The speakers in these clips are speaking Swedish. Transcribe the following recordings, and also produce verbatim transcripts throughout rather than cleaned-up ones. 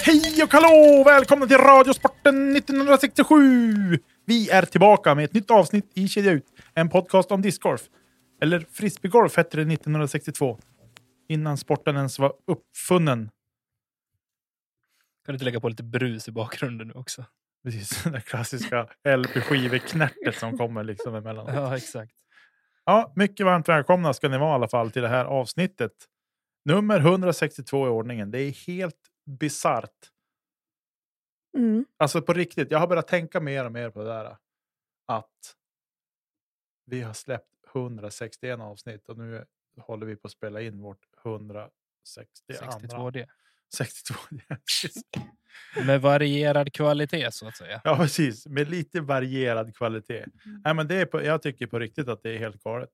Hej och hallå! Välkomna till Radiosporten nittonhundrasextiosju! Vi är tillbaka med ett nytt avsnitt i Kedja Ut. En podcast om discgolf. Eller frisbeegolf hette det nittonhundrasextiotvå. Innan sporten ens var uppfunnen. Kan du inte lägga på lite brus i bakgrunden nu också? Precis, det klassiska L P-skiveknärtet som kommer liksom emellan. Ja, exakt. Ja, mycket varmt välkomna ska ni vara i alla fall till det här avsnittet. Nummer hundrasextiotvå i ordningen. Det är helt bizarrt. Mm. Alltså på riktigt, jag har börjat tänka mer och mer på det där. Att vi har släppt hundrasextioett avsnitt och nu håller vi på att spela in vårt hundrasextiotvå. sextiotvå D. sextiotvå D. Med varierad kvalitet så att säga. Ja, precis. Med lite varierad kvalitet. Mm. Nej, men det är på, jag tycker på riktigt att det är helt galet.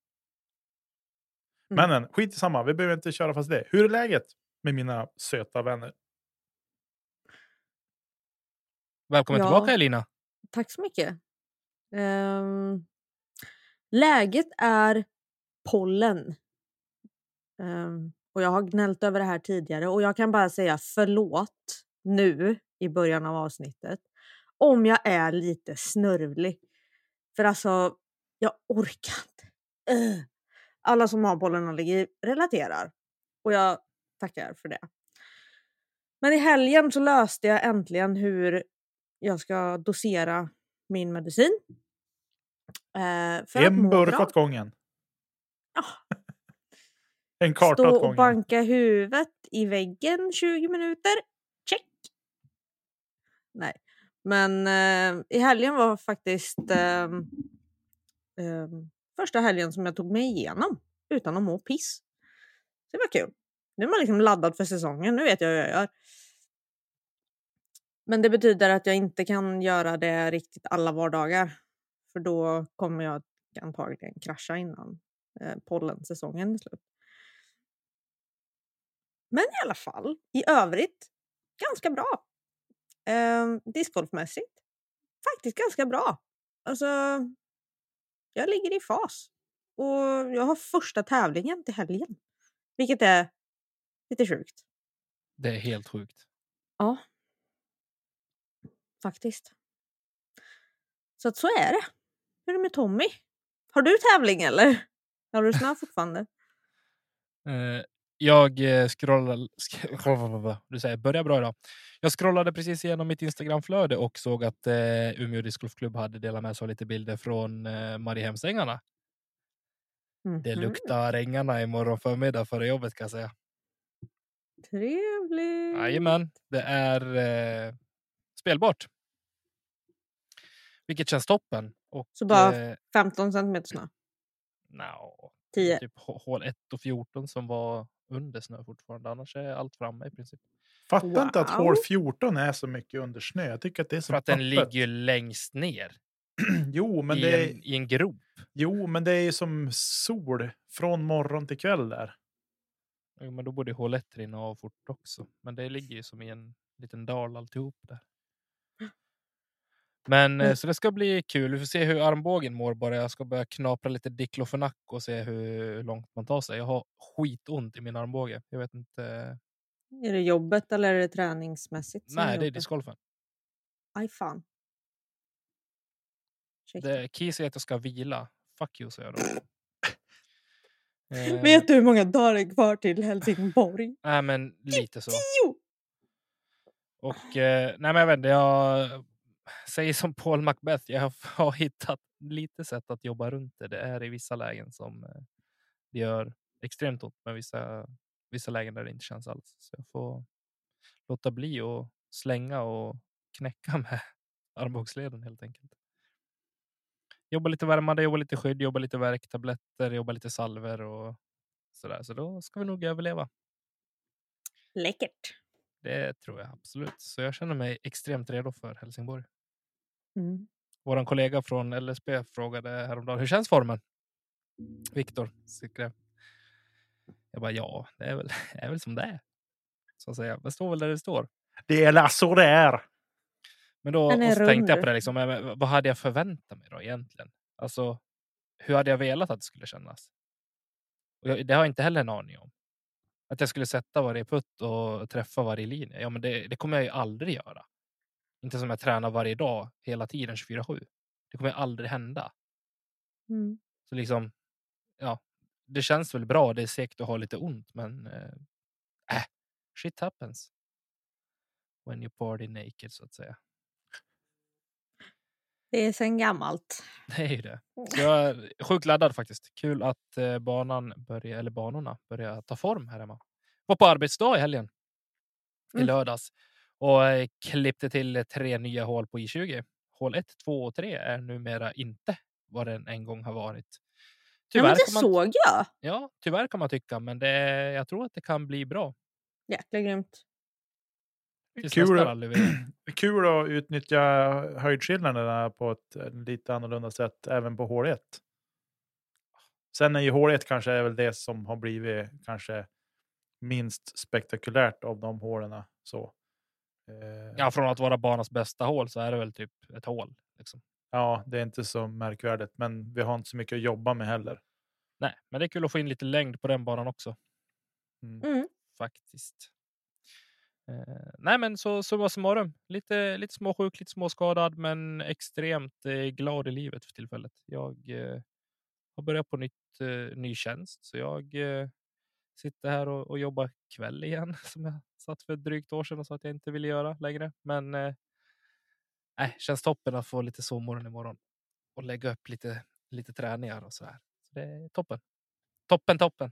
Mm. Men skit i samma, vi behöver inte köra fast det. Hur är läget med mina söta vänner? Välkommen ja, tillbaka Elina. Tack så mycket. Um, läget är pollen. Um, och jag har gnällt över det här tidigare. Och jag kan bara säga förlåt nu i början av avsnittet. Om jag är lite snörvlig. För alltså, jag orkar inte. Uh. Alla som har pollenallergi relaterar. Och jag tackar för det. Men i helgen så löste jag äntligen hur jag ska dosera min medicin. Eh, för en burk åt gången. Ja. En karta Stå åt gången. och banka huvudet i väggen tjugo minuter. Check. Nej. Men eh, i helgen var faktiskt eh, eh, första helgen som jag tog mig igenom utan att må piss. Det var kul. Nu är man liksom laddad för säsongen. Nu vet jag hur jag gör. Men det betyder att jag inte kan göra det riktigt alla vardagar. För då kommer jag antagligen krascha innan eh, pollensäsongen är slut. Men i alla fall, i övrigt, ganska bra. Eh, discgolfmässigt, faktiskt ganska bra. Alltså, jag ligger i fas. Och jag har första tävlingen till helgen. Vilket är lite sjukt. Det är helt sjukt. Ja. Faktiskt. Så att så är det. Hur är det med Tommy? Har du tävling eller? Har du snö fortfarande? Uh, jag scrollade... Sk- du säger, börjar bra idag. Jag scrollade precis igenom mitt Instagramflöde och såg att uh, Umeå discgolfklubb hade delat med sig lite bilder från uh, Mariehemsängarna. Mm-hmm. Det luktar ängarna imorgon förmiddag före jobbet kan jag säga. Trevligt! Jajamän, det är uh, spelbart. Vilket känns toppen. Och, så bara eh, femton centimeter snö? No, tio. Typ hål ett och fjorton som var under snö fortfarande. Annars är allt framme i princip. Fattar wow. inte att hål fjorton är så mycket under snö. Jag tycker att det är så För att öppet. Den ligger längst ner. jo, men I, det är... en, I en grop. Jo, men det är ju som sol från morgon till kväll där. Jo, men då borde hål ett rinna av fort också. Men det ligger ju som i en liten dal alltihop där. Men mm. så det ska bli kul. Vi får se hur armbågen mår bara. Jag ska börja knapra lite diklofenac och se hur långt man tar sig. Jag har skitont i min armbåge. Jag vet inte. Är det jobbet eller är det träningsmässigt? Nej, det är discgolfen. Aj fan. Det Key säger att jag ska vila. Fuck you, säger jag då. eh. Vet du hur många dagar är kvar till Helsingborg? Nej, men lite så. Och eh, nej men jag vet inte, jag säger som Paul Macbeth, jag har hittat lite sätt att jobba runt det. Det är i vissa lägen som eh, det gör extremt ont, men vissa, vissa lägen där det inte känns alls. Så jag får låta bli och slänga och knäcka med armbågsleden helt enkelt. Jobba lite värmande, jobba lite skydd, jobba lite värktabletter, jobba lite salver och sådär. Så då ska vi nog överleva. Läckert. Det tror jag absolut. Så jag känner mig extremt redo för Helsingborg. Mm. Vår kollega från L S B frågade häromdagen, hur känns formen? Viktor skrev. Jag bara, ja, det är väl, det är väl som det är. Så att säga. Det står väl där det står. Det är så det är. Men då och så tänkte jag på det, liksom, vad hade jag förväntat mig då egentligen? Alltså, hur hade jag velat att det skulle kännas? Och jag, det har jag inte heller en aning om. Att jag skulle sätta varje putt och träffa varje linje. Ja, men det, det kommer jag ju aldrig göra. Inte som jag tränar varje dag hela tiden tjugofyra sju. Det kommer ju aldrig hända. Mm. Så liksom, ja, det känns väl bra. Det är säkert att ha lite ont, men äh, äh shit happens. When you party naked, så att säga. Det är sen gammalt. Det är ju det. Så jag är sjukt laddad faktiskt. Kul att eh, banan börjar, eller banorna börjar ta form här hemma. Var på arbetsdag i helgen. I Mm. lördags. Och eh, klippte till tre nya hål på I tjugo. Hål ett, två och tre är numera inte vad den en gång har varit. Ja, men det kan man, såg jag. Ja, tyvärr kan man tycka. Men det, jag tror att det kan bli bra. Jäkla grymt. Kul, kul att utnyttja höjdskillnaderna på ett lite annorlunda sätt även på hål ett. Sen är ju hål ett kanske är väl det som har blivit kanske minst spektakulärt av de hålen. Så. Eh, ja, från att vara banans bästa hål så är det väl typ ett hål. Liksom. Ja, det är inte så märkvärdigt, men vi har inte så mycket att jobba med heller. Nej, men det är kul att få in lite längd på den banan också. Mm. Mm. Faktiskt. Eh, nej, men så summa summarum. Lite, lite småsjuk, lite småskadad, men extremt eh, glad i livet för tillfället. Jag eh, har börjat på nytt, eh, ny tjänst, så jag eh, sitter här och, och jobbar kväll igen, som jag satt för ett drygt år sedan och sa att jag inte ville göra längre. Men eh, nej, känns toppen att få lite sovmorgon imorgon och lägga upp lite, lite träningar och så här. Så det är toppen. Toppen, toppen.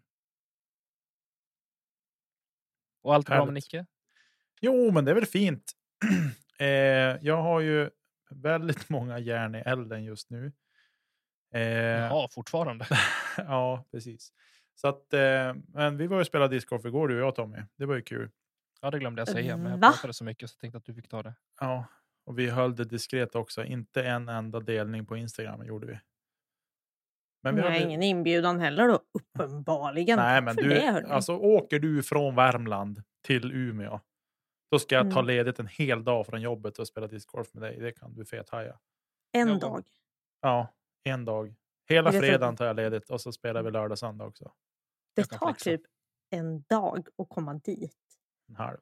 Och allt bra med Nicke? Jo, men det är väl fint. eh, jag har ju väldigt många järn i elden just nu. Eh, ja, fortfarande. ja, precis. Så att, eh, men vi var ju och spelade discgolf igår, du och jag, Tommy. Det var ju kul. Ja, det glömde jag säga, men jag Va? pratade så mycket så jag tänkte att du fick ta det. Ja, och vi höll det diskret också. Inte en enda delning på Instagram gjorde vi. Men vi har hade... ingen inbjudan heller då, uppenbarligen. Nej, men för du, det, alltså åker du från Värmland till Umeå, då ska jag ta Mm. ledigt en hel dag från jobbet och spela discgolf med dig. Det kan du fethaja. En Jo. dag. Ja, en dag. Hela Det vet fredagen jag. tar jag ledigt och så spelar vi lördag söndag också. Det Jag kan tar flexa. typ en dag att komma dit. En halv.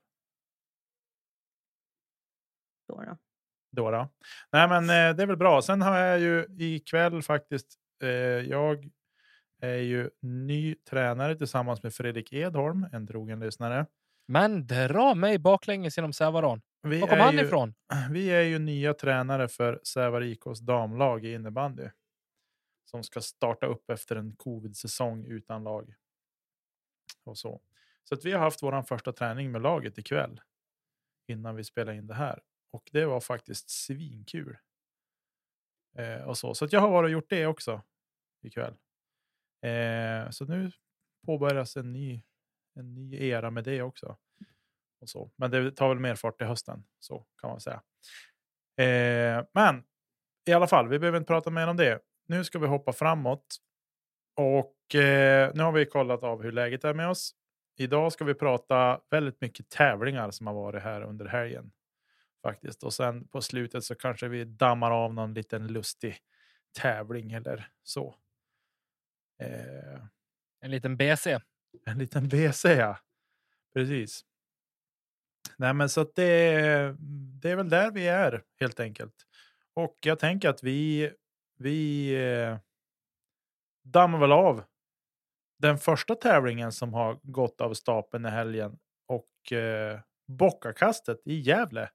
Då då. Då då. Nej, men eh, det är väl bra. Sen har jag ju ikväll faktiskt, eh, jag är ju ny tränare tillsammans med Fredrik Edholm, en trogen lyssnare. Men dra mig baklänges genom Sävaron. Vi Var kom är han ju, ifrån? Vi är ju nya tränare för Sävar I K:s damlag i innebandy. Som ska starta upp efter en covid-säsong utan lag. Och så. Så att vi har haft våran första träning med laget ikväll. Innan vi spelar in det här. Och det var faktiskt svinkul. Eh, och så så att jag har varit och gjort det också ikväll. Eh, så nu påbörjas en ny, en ny era med det också. Och så. Men det tar väl mer fart i hösten. Så kan man säga. Eh, men i alla fall, vi behöver inte prata mer om det. Nu ska vi hoppa framåt. Och eh, nu har vi kollat av hur läget är med oss. Idag ska vi prata väldigt mycket tävlingar som har varit här under helgen. Faktiskt. Och sen på slutet så kanske vi dammar av någon liten lustig tävling eller så. Eh, En liten B C. en liten B C, ja. Precis. Nej, men så att det, det är väl där vi är helt enkelt. Och jag tänker att vi, vi eh, dammar väl av den första tävlingen som har gått av stapeln i helgen. Och eh, bockakastet i Gävle.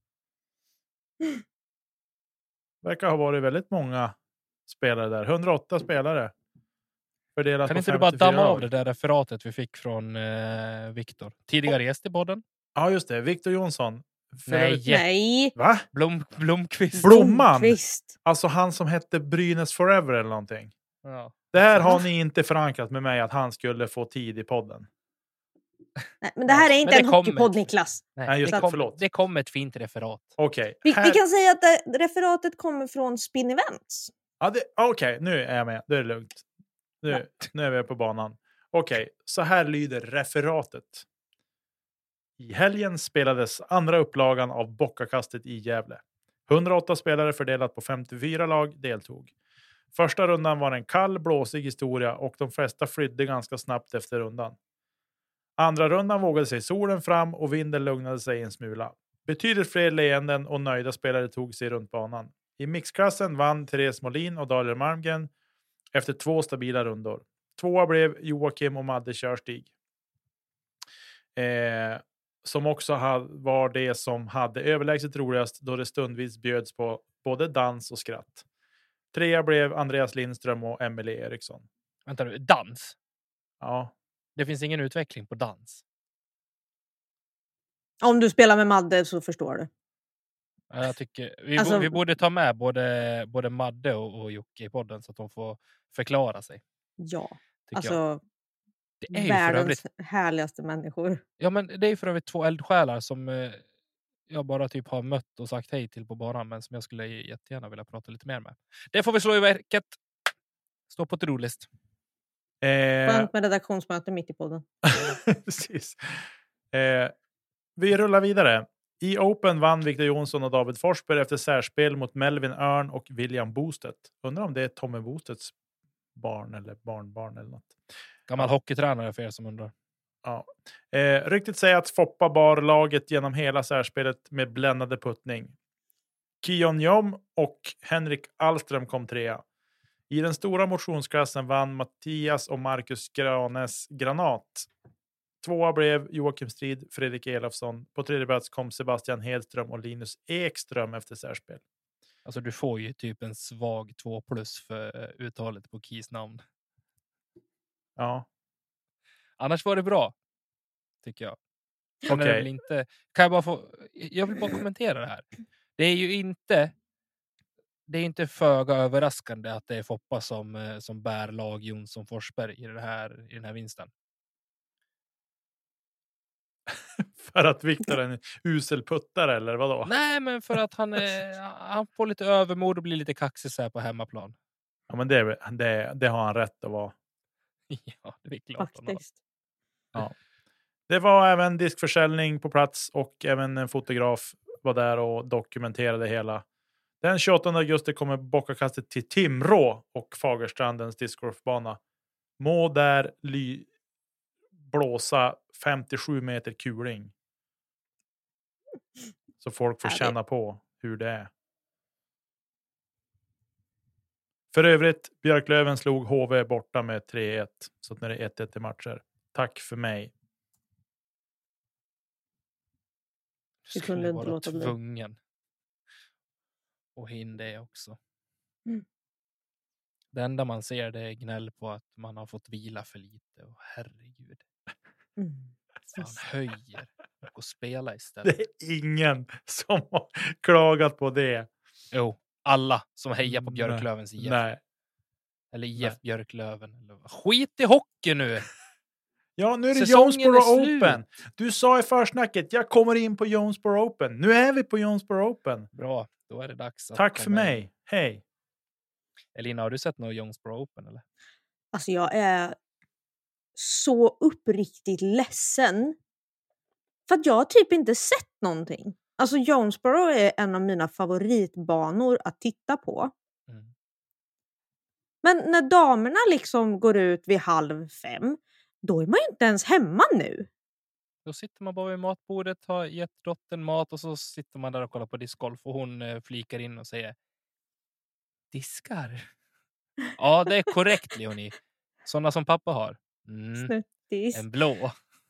Verkar ha varit väldigt många spelare där. hundraåtta spelare. Fördelat Kan på inte du bara femtiofyra damma av lag. det där referatet vi fick från eh, Viktor? Tidigare gäst i podden. Ja, just det. Viktor Jonsson. För Nej. övrigt- Nej. Va? Blom, Blomqvist. Blomman. Blomqvist. Alltså han som hette Brynäs Forever eller någonting. Ja. Det här har ni inte förankrat med mig att han skulle få tid i podden. Nej, men det här är Men inte det en kommer. hockeypodd, Niklas. Nej, Nej, just det, det, kom, förlåt. det kom ett fint referat. Okej. Vi, Här- vi kan säga att det, referatet kommer från Spin Events. Ja, det- Okej, nu är jag med. Det är lugnt. Nu, nu är vi på banan. Okej, så här lyder referatet. I helgen spelades andra upplagan av bockakastet i Gävle. hundraåtta spelare fördelat på femtiofyra lag deltog. Första rundan var en kall, blåsig historia och de flesta flydde ganska snabbt efter rundan. Andra rundan vågade sig solen fram och vinden lugnade sig en smula. Betydligt fler leenden och nöjda spelare tog sig runt banan. I mixklassen vann Therese Molin och Daniel Malmgren efter två stabila rundor. Tvåa blev Joakim och Madde Körstig. Eh, som också had, var det som hade överlägset roligast då det stundvis bjöds på både dans och skratt. Trea blev Andreas Lindström och Emelie Eriksson. Vänta nu, dans? Ja. Det finns ingen utveckling på dans. Om du spelar med Madde så förstår du. Ja, jag tycker, vi, Alltså- bo, vi borde ta med både, både Madde och, och Jocke i podden så att de får förklara sig. Ja, Tycker jag. alltså Det är ju för övrigt, världens härligaste människor. ja, men det är ju för övrigt två eldsjälar som eh, jag bara typ har mött och sagt hej till på banan, men som jag skulle jättegärna vilja prata lite mer med. Det får vi slå i verket. Stå på to-do-list. Eh, Skönt med redaktionsmöte mitt i podden. precis. Eh, vi rullar vidare. I Open vann Victor Jonsson och David Forsberg efter särspel mot Melvin Örn och William Bostedt. Undrar om det är Tommy Bostedts barn eller barnbarn eller något. Gammal hockeytränare för er som undrar. Ja. Eh, ryktet säger att Foppa bar laget genom hela särspelet med bländande puttning. Kion Jom och Henrik Alström kom trea. I den stora motionsklassen vann Mattias och Marcus Granes Granat. Tvåa blev Joakim Strid, Fredrik Elofsson. På tredje plats kom Sebastian Hedström och Linus Ekström efter särspel. Alltså du får ju typ en svag två plus för eh, uttalet på Keys namn. Ja, Annars var det bra. Tycker jag. Sen är det Okej. väl inte, kan jag bara få, jag vill bara kommentera det här. Det är ju inte, det är inte föga överraskande att det är Foppa som, eh, som bär lag Jonsson Forsberg i, det här, i den här vinsten. för att Viktor är en usel puttare eller vadå? Nej, men för att han, är, han får lite övermod och blir lite kaxig så här på hemmaplan. Ja, men det, det, det har han rätt att vara. Ja, det är klart. han har. Faktiskt. Det var även diskförsäljning på plats och även en fotograf var där och dokumenterade hela. Den tjugoåttonde augusti kommer bockakastet till Timrå och Fagerstrandens discgolfbana. Må där ly- blåsa femtiosju meter kuling. Så folk får Ja, det- känna på hur det är. För övrigt, Björklöven slog H V borta med tre ett. Så att när det är ett ett i matcher. Tack för mig. Du Skulle kunde inte vara låta bli. tvungen. Och in det också. Mm. Det enda man ser det är gnäll på att man har fått vila för lite. Och herregud. Mm. Fan, höjer. Och spela istället. Det är ingen som har klagat på det. Jo, alla som hejar på Nej. Björklövens I F. Nej. Eller I F Nej. Björklöven. Eller vad. Skit i hockey nu! Ja, nu är det Säsongen Jonesboro är slut. Open. Du sa i försnacket, jag kommer in på Jonesboro Open. Nu är vi på Jonesboro Open. Bra, då är det dags. Att Tack för komma in. mig. Hej. Elina, har du sett något Jonesboro Open eller? Alltså jag är så uppriktigt ledsen. För att jag har typ inte sett någonting. Alltså Jonesboro är en av mina favoritbanor att titta på. Mm. Men när damerna liksom går ut vid halv fem, då är man ju inte ens hemma nu. Då sitter man bara vid matbordet, har gett dottern mat och så sitter man där och kollar på discgolf och hon eh, flikar in och säger diskar. Ja, det är korrekt, Leonie. Sådana som pappa har. Mm. Snuttis. En blå.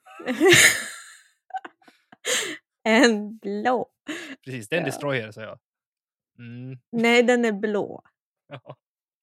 En blå. Precis, det är en Ja. destroyer, säger jag. Mm. Nej, den är blå. Ja.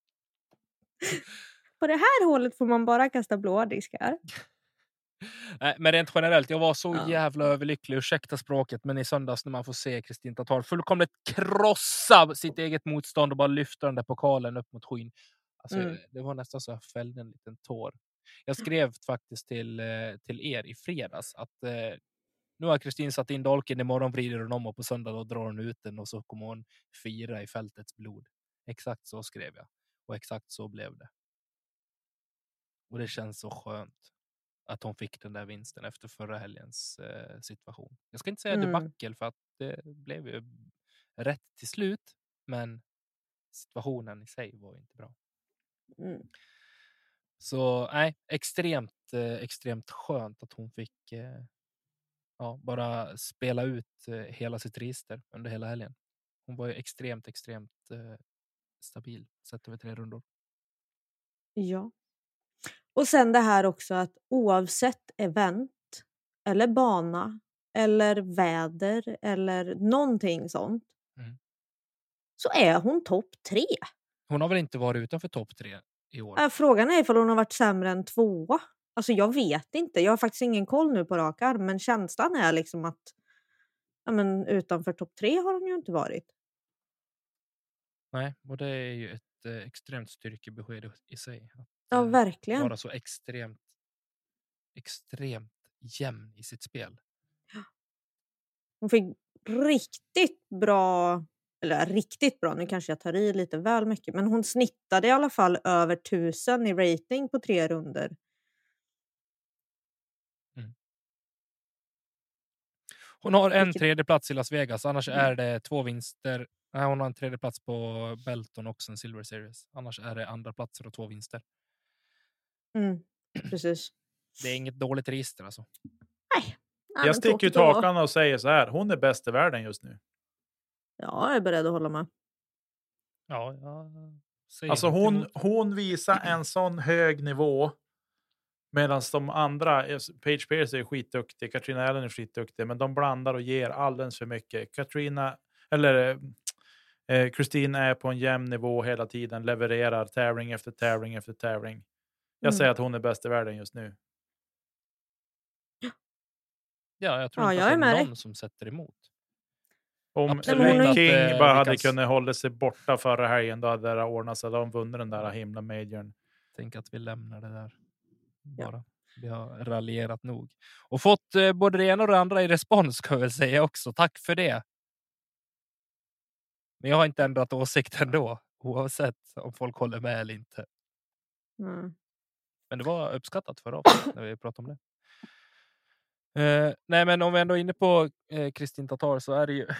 På det här hålet får man bara kasta blåa diskar. Nej, men rent generellt, jag var så Ja. jävla överlycklig, ursäkta språket, men i söndags när man får se Kristin Tatar fullkomligt krossa sitt eget motstånd och bara lyfta den där pokalen upp mot skyn. Alltså, Mm. det var nästan så jag fällde en liten tår. Jag skrev faktiskt till, eh, till er i fredags att eh, nu har Kristin satt in dolken, imorgon vrider hon om och på söndag då drar hon ut den och så kommer hon fira i fältets blod. Exakt så skrev jag. Och exakt så blev det. Och det känns så skönt att hon fick den där vinsten efter förra helgens eh, situation. Jag ska inte säga Mm. debacle för att det blev ju rätt till slut. Men situationen i sig var inte bra. Mm. Så nej, extremt, eh, extremt skönt att hon fick eh, ja, bara spela ut eh, hela sitt register under hela helgen. Hon var ju extremt, extremt eh, stabil sett över tre rundor. Ja. Och sen det här också att oavsett event eller bana eller väder eller någonting sånt Mm. så är hon topp tre. Hon har väl inte varit utanför topp tre i år? Äh, frågan är ifall hon har varit sämre än tvåa. Alltså jag vet inte. Jag har faktiskt ingen koll nu på rak arm, men känslan är liksom att ja, men utanför topp tre har hon ju inte varit. Nej, och det är ju ett eh, extremt styrkebesked i- i sig. Att, Ja, eh, verkligen. vara så extremt, extremt jämn i sitt spel. Hon fick riktigt bra, eller riktigt bra, nu kanske jag tar i lite väl mycket, men hon snittade i alla fall över tusen i rating på tre runder. Hon har en Vilket- tredje plats i Las Vegas, annars är det två vinster. Nej, hon har en tredje plats på Belton och en Silver Series. Annars är det andra platser och två vinster. Mm, precis. Det är inget dåligt register alltså. Nej, nej, men Jag sticker ut tråkigt att vara- hakan och säger så här. Hon är bäst i världen just nu. Ja, jag är beredd att hålla med. Ja, ja. Säger Alltså inte hon, emot. hon visar en sån hög nivå. Medan de andra, Paige Pierce är skitduktig, Katrina Allen är skitduktig, men de blandar och ger alldeles för mycket. Katrina, eller eh, Christine är på en jämn nivå hela tiden, levererar tävling efter tävling efter tävling. Jag Mm. säger att hon är bäst i världen just nu. Ja, jag tror Ja, inte jag att det är är med någon dig. som sätter emot. Om Absolut Elaine att, King eh, bara vi hade kan- kunnat hålla sig borta förra helgen, då hade det ordnat sig. Då hade de vunnit den där himla majorn. Tänk att vi lämnar det där. Ja. Bara. Vi har raljerat nog. Och fått eh, både det ena och det andra i respons, ska jag väl säga också. Tack för det. Men jag har inte ändrat åsikt ändå. Oavsett om folk håller med eller inte. Mm. Men det var uppskattat förra avsnittet när vi pratade om det. Eh, nej, men om vi ändå är inne på eh, Kristin Tatar så är det ju...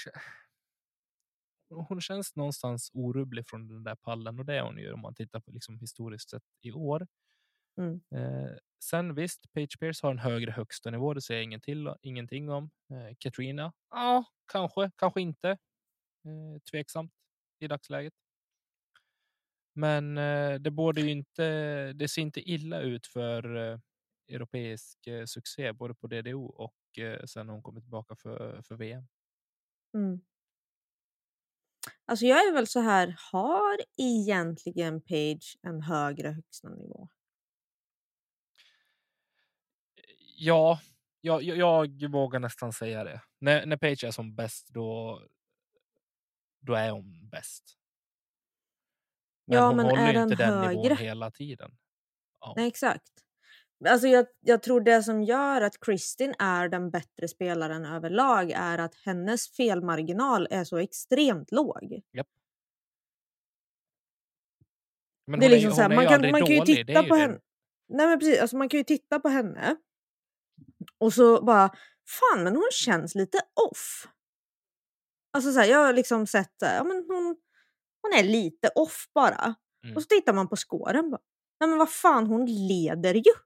hon känns någonstans orubblig från den där pallen. Och det är hon ju om man tittar på liksom historiskt sett i år. Mm. Eh, sen visst, Paige Pierce har en högre högsta nivå. Det säger jag ingen till, ingenting om. Eh, Katrina, ja, kanske, kanske inte. Eh, tveksamt i dagsläget. Men eh, det borde ju inte, det ser inte illa ut för eh, europeisk eh, succé både på D D O och eh, sen hon kommer tillbaka för, för V M. Mm. Alltså jag är väl så här, har egentligen Page en högre högsta nivå? Ja, jag, jag, jag vågar nästan säga det. När, när Page är som bäst, då, då är hon bäst. Men Ja, hon men håller är ju inte den den högre? nivån hela tiden. Ja. Nej, exakt. Alltså jag, jag tror det som gör att Kristin är den bättre spelaren överlag är att hennes felmarginal är så extremt låg. Japp. Men Det är hon liksom är, så här, hon är man ju kan, aldrig man kan ju dålig. Det är titta ju på det. henne. Nej men precis, alltså man kan ju titta på henne och så bara, fan men hon känns lite off. Alltså så här, jag har liksom sett, så här, ja, men hon, hon är lite off bara. Mm. Och så tittar man på scoren bara, nej men vad fan, hon leder ju.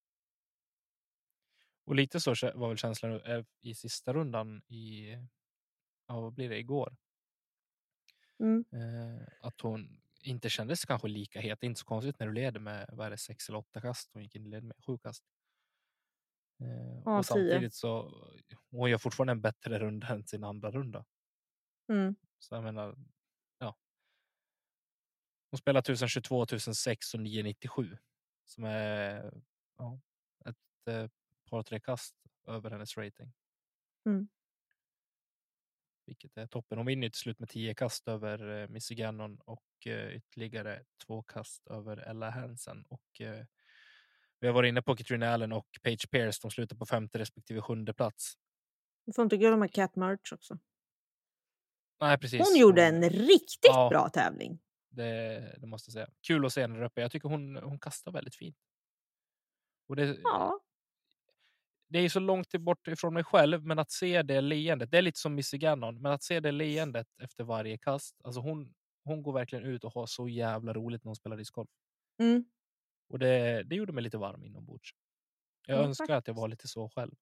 Och lite så var väl känslan i sista rundan i, ja, vad blir det, igår. Mm. Eh, att hon inte kändes kanske lika het. Det är inte så konstigt när du leder med, vad är det, sex eller åtta kast. Hon gick in i led med sju kast. Eh, Ja, och tio. samtidigt så hon gör fortfarande en bättre runda än sin andra runda. Mm. Så jag menar, ja. Hon spelar tusen tjugotvå, tusen sex och nio nittiosju. Som är ja, ett eh, par tre kast över hennes rating. Mm. Vilket är toppen. Hon vinner till slut med tio kast över eh, Missy Gannon och eh, ytterligare två kast över Ella Hansen. Och eh, vi har varit inne på Katrina Allen och Paige Pierce. De slutar på femte respektive sjunde plats. Du får inte glömma Cat Merch också. Nej, precis. Hon gjorde en riktigt ja. bra tävling. Det, det måste jag säga. Kul att se henne där uppe. Jag tycker hon, hon kastar väldigt fint. Och det, Ja. det är så långt bort ifrån mig själv, men att se det leendet, det är lite som Missy Gannon, men att se det leendet efter varje kast, alltså hon, hon går verkligen ut och har så jävla roligt när hon spelar discgolf. Mm. Och det, det gjorde mig lite varm inombords. Jag Ja, önskar att jag var lite så själv.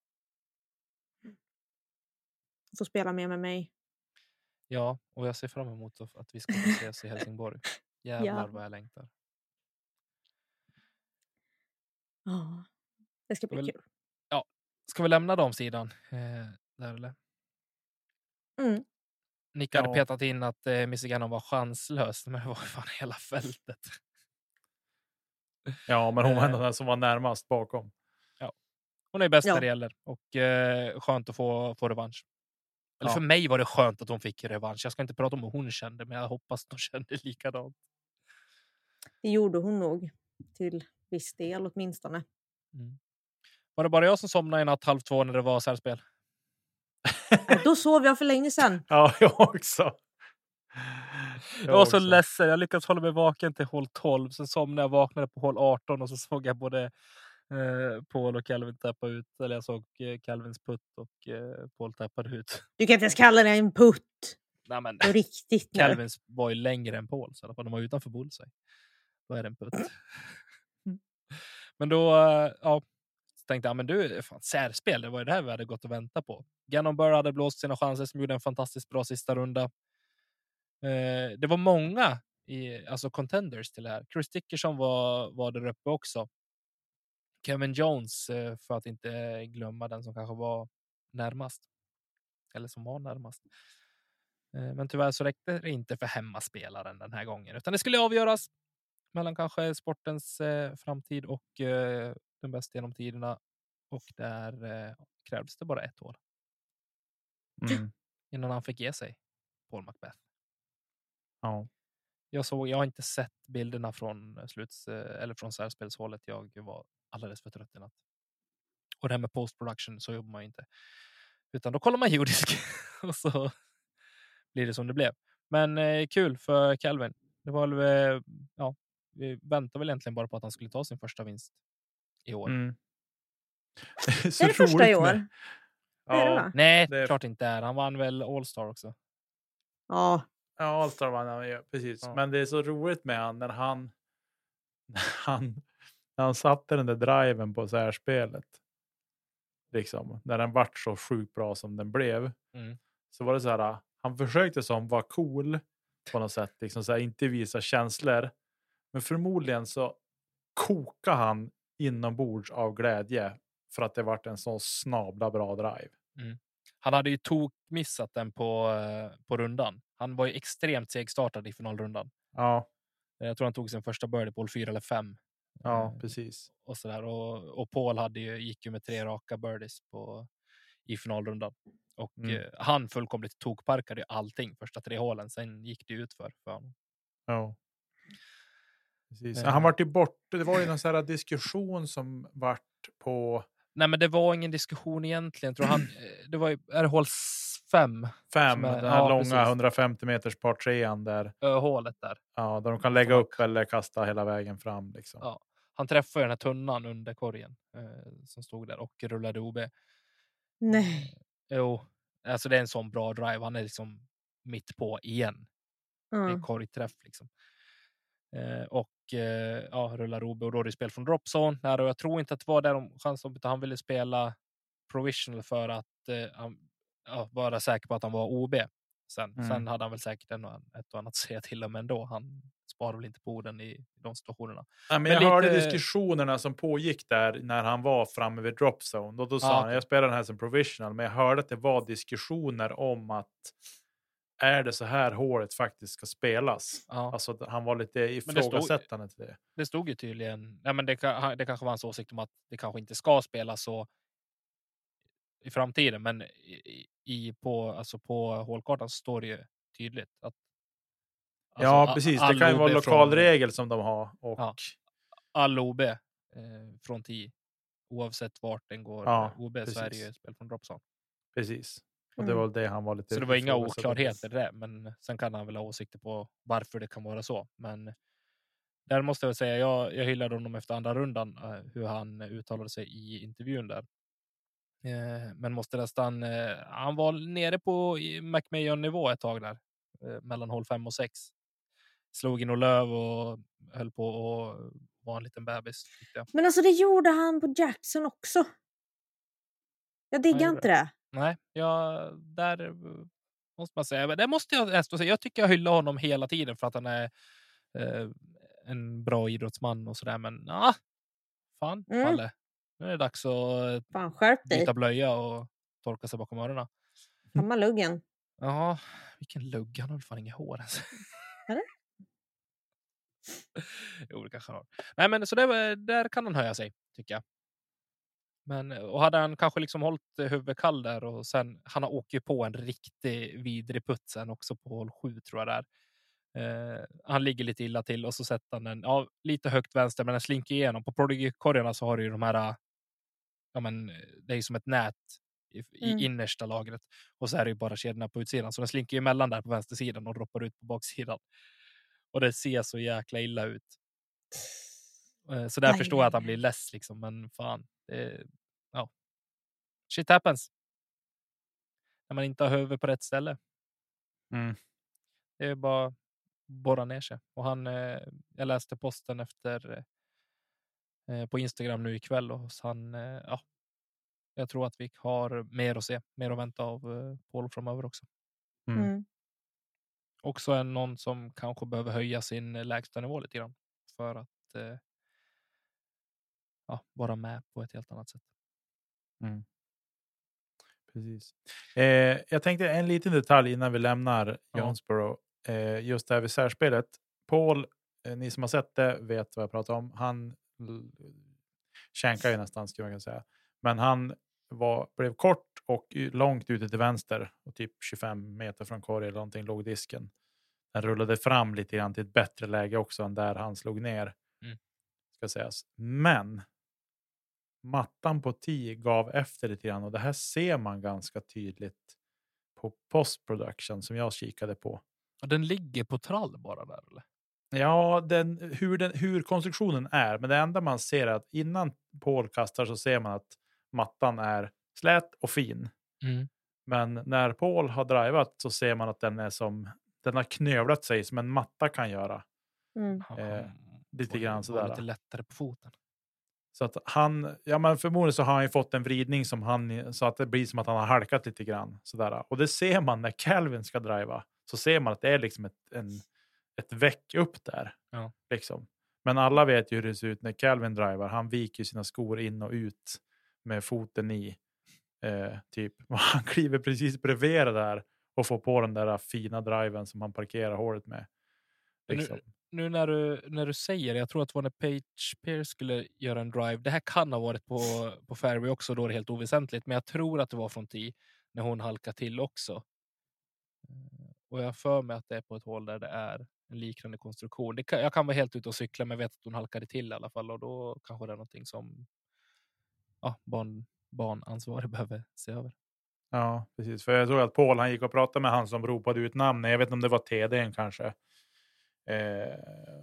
Får spela mer med mig. Ja, och jag ser fram emot att, att vi ska få ses i Helsingborg. Jävlar Ja. vad jag längtar. Ja, det ska bli Väl- kul. Ska vi lämna dem sidan? Eh, där eller? Mm. Nick hade Ja. petat in att eh, Michigan var chanslös, men det var ju fan hela fältet. Ja, men hon var Eh. ändå den som var närmast bakom. Hon är bäst Ja. när det gäller. Och eh, skönt att få, få revansch. Eller Ja. för mig var det skönt att hon fick revansch. Jag ska inte prata om hur hon kände, men jag hoppas de kände likadant. Det gjorde hon nog. Till viss del åtminstone. Mm. Var det bara jag som somnade i natt halv två när det var särspel? Nej, då sov jag för länge sedan. Ja, jag också. Jag var så också. ledsen. Jag lyckades hålla mig vaken till hål tolv. Sen somnade jag, vaknade på hål arton och så såg jag både eh, Paul och Calvin tappa ut. Eller jag såg eh, Calvins putt och eh, Paul tappade ut. Du kan inte ens kalla det en putt. Nej, men På riktigt nu. Calvins var ju längre än Paul, så i alla fall de var utanför bullseye. Då är det en putt. Men då, eh, ja, så tänkte jag, men du, fan, särspel, det var ju det här vi hade gått och vänta på. Gannon Burr hade blåst sina chanser som gjorde en fantastiskt bra sista runda. Eh, det var många i, alltså contenders till det här. Chris Dickerson var, var där uppe också. Kevin Jones, eh, för att inte glömma den som kanske var närmast. Eller som var närmast. Eh, men tyvärr så räckte det inte för hemmaspelaren den här gången. Utan det skulle avgöras mellan kanske sportens eh, framtid och eh, den bästa genom tiderna. Och där eh, krävdes det bara ett hål Mm. innan han fick ge sig, Paul McBeth. Ja. Jag, såg, jag har inte sett bilderna från sluts, eh, eller från särspelshållet. Jag var alldeles för trött i natt. Och det här med post-production så jobbar man ju inte. Utan då kollar man jordisk och så blir det som det blev. Men eh, kul för Calvin. Det var väl, eh, ja, vi väntar väl egentligen bara på att han skulle ta sin första vinst i år. Mm. Är det första i år? Med... Det är det, Ja, va? Nej, Det är- klart inte är. Han vann väl All-Star också. Ja. ja, allt vad han gör, precis. Ja. Men det är så roligt med han när han när han, när han satte den där driven på särspelet. Liksom, när den vart så sjukt bra som den blev. Mm. Så var det så här, han försökte som var cool på något sätt, liksom så här, inte visa känslor. Men förmodligen så kokade han inombords av glädje för att det vart en så snabla bra drive. Han hade ju tok missat den på, eh, på rundan. Han var ju extremt segstartad i finalrundan. Ja, Jag tror han tog sin första birdie på hål fyra eller fem. ja, Eh, precis. och sådär. Och, och Paul hade ju, gick ju med tre raka birdies på, i finalrundan. Och Mm. eh, han fullkomligt tokparkade ju allting första tre hålen. Sen gick det ut för, för honom. Ja. Precis. Eh. Han vart ju bort. Det var ju någon sån här diskussion som vart på Nej, men det var ingen diskussion egentligen. Tror han, eh, det var ju, är det hål fem? fem, Som är- den här ja, långa precis. hundrafemtio meters par trean där. Ö, hålet där. Ja, där de kan lägga Som upp eller kasta hela vägen fram. Liksom. Ja. Han träffade den här tunnan under korgen eh, som stod där och rullade O B. Nej. Jo, alltså det är en sån bra drive. Han är liksom mitt på igen. Det är Mm. korgträff liksom. Eh, och eh, ja, rullar O B och då är det spel från dropzone. Nej, och jag tror inte att det var där de chansade, utan han ville spela provisional för att eh, han, ja, vara säker på att han var O B. Sen, Mm. sen hade han väl säkert en, ett och annat att säga till om ändå. Han sparar väl inte på orden i, i de situationerna. Ja, men Men jag lite- hörde diskussionerna som pågick där när han var framme vid dropzone. Då, då sa Ja, han, okej. jag spelar den här som provisional, men jag hörde att det var diskussioner om att är det så här hålet faktiskt ska spelas? Ja. Alltså att han var lite Men det stod- ifrågasättande till det. Det stod ju tydligen, ja, men det, ka- det kanske var hans åsikt om att det kanske inte ska spelas så i framtiden, men i, i på alltså på hålkartan så står det ju tydligt att alltså, Ja, a- precis. Det all kan ju O B vara från- lokalregel som de har. Och Ja. all O B eh, från tio, oavsett vart den går Ja, O B, så är det precis. ju spel från dropzone. precis. Och det Mm. var det han var lite Så det var inga ifrågasatt. oklarheter där, men sen kan han väl ha åsikter på varför det kan vara så. Men där måste jag väl säga, jag, jag hyllade honom efter andra rundan, eh, hur han uttalade sig i intervjun där. Eh, men måste nästan, eh, han var nere på McMahon-nivå ett tag där, eh, mellan hål fem och sex. Slog in och löv och höll på och var en liten bebis, tyckte jag. Men alltså det gjorde han på Jackson också. Jag diggar gjorde inte det. Nej, jag, där eh, måste man säga. Men det måste jag nästan säga. Jag tycker jag hyllar honom hela tiden för att han är eh, en bra idrottsman och sådär. Men ah, fan, Mm. Palle. Nu är det dags att Fan, skärp dig. byta blöja och torka sig bakom öronen. Kamma luggen. Ja, vilken lugg. Han har väl fan inga hår ens. Eller? Jo, det kanske han har. Nej, men så det, där kan han höja sig, tycker jag. Men, och hade han kanske liksom hållit huvudet kall där och sen, han har åkt ju på en riktig vidrig putt sen också på hål sju tror jag där. Eh, han ligger lite illa till och så sätter han den, ja, lite högt vänster men den slinker igenom. På Prodigy-korgarna så har du ju de här, ja men det är ju som ett nät i, i Mm. innersta lagret. Och så är det ju bara kedjorna på utsidan. Så den slinker ju emellan där på vänstersidan och droppar ut på baksidan. Och det ser så jäkla illa ut. Eh, så där Aj, förstår jag att han aj, blir aj. less liksom. Men fan, det, ja. Shit happens. När man inte har huvudet på rätt ställe. Mm. Det är bara borra ner sig. Och han, eh, jag läste posten efter eh, på Instagram nu ikväll och han, eh, ja, jag tror att vi har mer att se, mer att vänta av eh, Paul framöver också. Mm. Mm. Också är någon som kanske behöver höja sin lägsta nivå lite grann för att eh, ja, vara med på ett helt annat sätt. Mm. Precis. Eh, jag tänkte en liten detalj innan vi lämnar Ja. Jonesboro. Eh, just det här vid särspelet. Paul, eh, ni som har sett det vet vad jag pratar om. Han l- känkar ju nästan, skulle man kunna säga. Men han var, blev kort och y- långt ute till vänster. Och typ tjugofem meter från korg eller någonting låg disken. Den rullade fram lite grann till ett bättre läge också än där han slog ner. Mm. Ska sägas. Men mattan på tio gav efter lite grann och det här ser man ganska tydligt på postproduction som jag kikade på. Och den ligger på trall bara där eller? Ja, den, hur, den, hur konstruktionen är. Men det enda man ser är att innan Paul kastar så ser man att mattan är slät och fin. Mm. Men när Paul har drivat så ser man att den är som den har knövlat sig som en matta kan göra. Mm. Eh, lite Får grann vara sådär. lite lättare på foten. Så att han, ja men förmodligen så har han ju fått en vridning som han, så att det blir som att han har halkat lite grann. Sådär. Och det ser man när Calvin ska driva. Så ser man att det är liksom ett, en, ett väck upp där. Ja. Liksom. Men alla vet ju hur det ser ut när Calvin drivar. Han viker sina skor in och ut med foten i. Eh, typ. Och han kliver precis bredvid det där och får på den där fina driven som han parkerar håret med. Liksom. Nu, nu när du, när du säger det, jag tror att det var när Paige Pierce skulle göra en drive. Det här kan ha varit på, på fairway också, då är det helt oväsentligt. Men jag tror att det var från tee när hon halkade till också. Eh, Och jag har för mig att det är på ett hål där det är en liknande konstruktion. Det kan, jag kan vara helt ute och cykla, men jag vet att hon halkade till i alla fall. Och då kanske det är någonting som ja, barn, barnansvarig behöver se över. Ja, precis. För jag tror att Paul, han gick och pratade med han som ropade ut namnet. Jag vet inte om det var T D:n kanske. Eh,